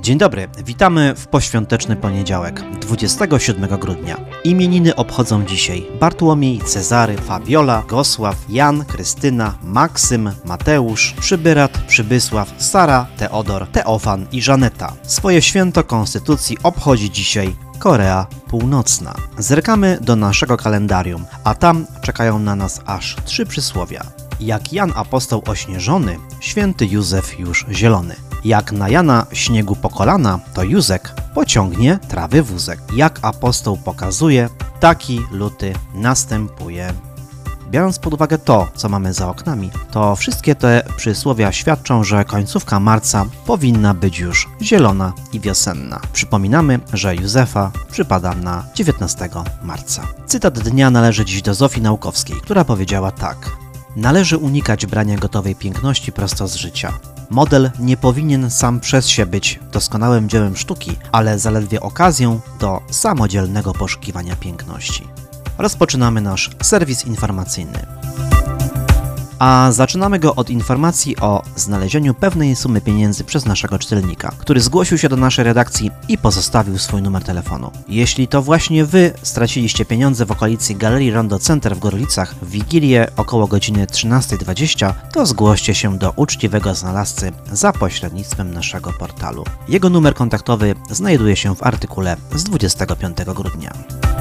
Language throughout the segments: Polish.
Dzień dobry, witamy w poświąteczny poniedziałek, 27 grudnia. Imieniny obchodzą dzisiaj Bartłomiej, Cezary, Fabiola, Gosław, Jan, Krystyna, Maksym, Mateusz, Przybyrat, Przybysław, Sara, Teodor, Teofan i Żaneta. Swoje święto Konstytucji obchodzi dzisiaj Korea Północna. Zerkamy do naszego kalendarium, a tam czekają na nas aż 3 przysłowia. Jak Jan apostoł ośnieżony, święty Józef już zielony. Jak na Jana śniegu po kolana, to Józek pociągnie trawy wózek. Jak apostoł pokazuje, taki luty następuje. Biorąc pod uwagę to, co mamy za oknami, to wszystkie te przysłowia świadczą, że końcówka marca powinna być już zielona i wiosenna. Przypominamy, że Józefa przypada na 19 marca. Cytat dnia należy dziś do Zofii Naukowskiej, która powiedziała tak. Należy unikać brania gotowej piękności prosto z życia. Model nie powinien sam przez się być doskonałym dziełem sztuki, ale zaledwie okazją do samodzielnego poszukiwania piękności. Rozpoczynamy nasz serwis informacyjny. A zaczynamy go od informacji o znalezieniu pewnej sumy pieniędzy przez naszego czytelnika, który zgłosił się do naszej redakcji i pozostawił swój numer telefonu. Jeśli to właśnie Wy straciliście pieniądze w okolicy Galerii Rondo Center w Gorlicach w Wigilię około godziny 13:20, to zgłoście się do uczciwego znalazcy za pośrednictwem naszego portalu. Jego numer kontaktowy znajduje się w artykule z 25 grudnia.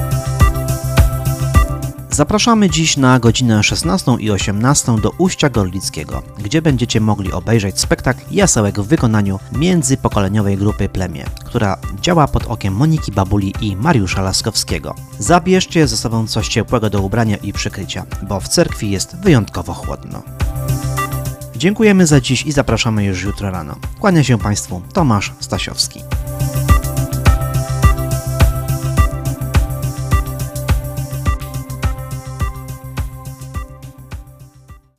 Zapraszamy dziś na godzinę 16 i 18 do Uścia Gorlickiego, gdzie będziecie mogli obejrzeć spektakl Jasełek w wykonaniu międzypokoleniowej grupy Plemię, która działa pod okiem Moniki Babuli i Mariusza Laskowskiego. Zabierzcie ze sobą coś ciepłego do ubrania i przykrycia, bo w cerkwi jest wyjątkowo chłodno. Dziękujemy za dziś i zapraszamy już jutro rano. Kłania się Państwu Tomasz Stasiowski.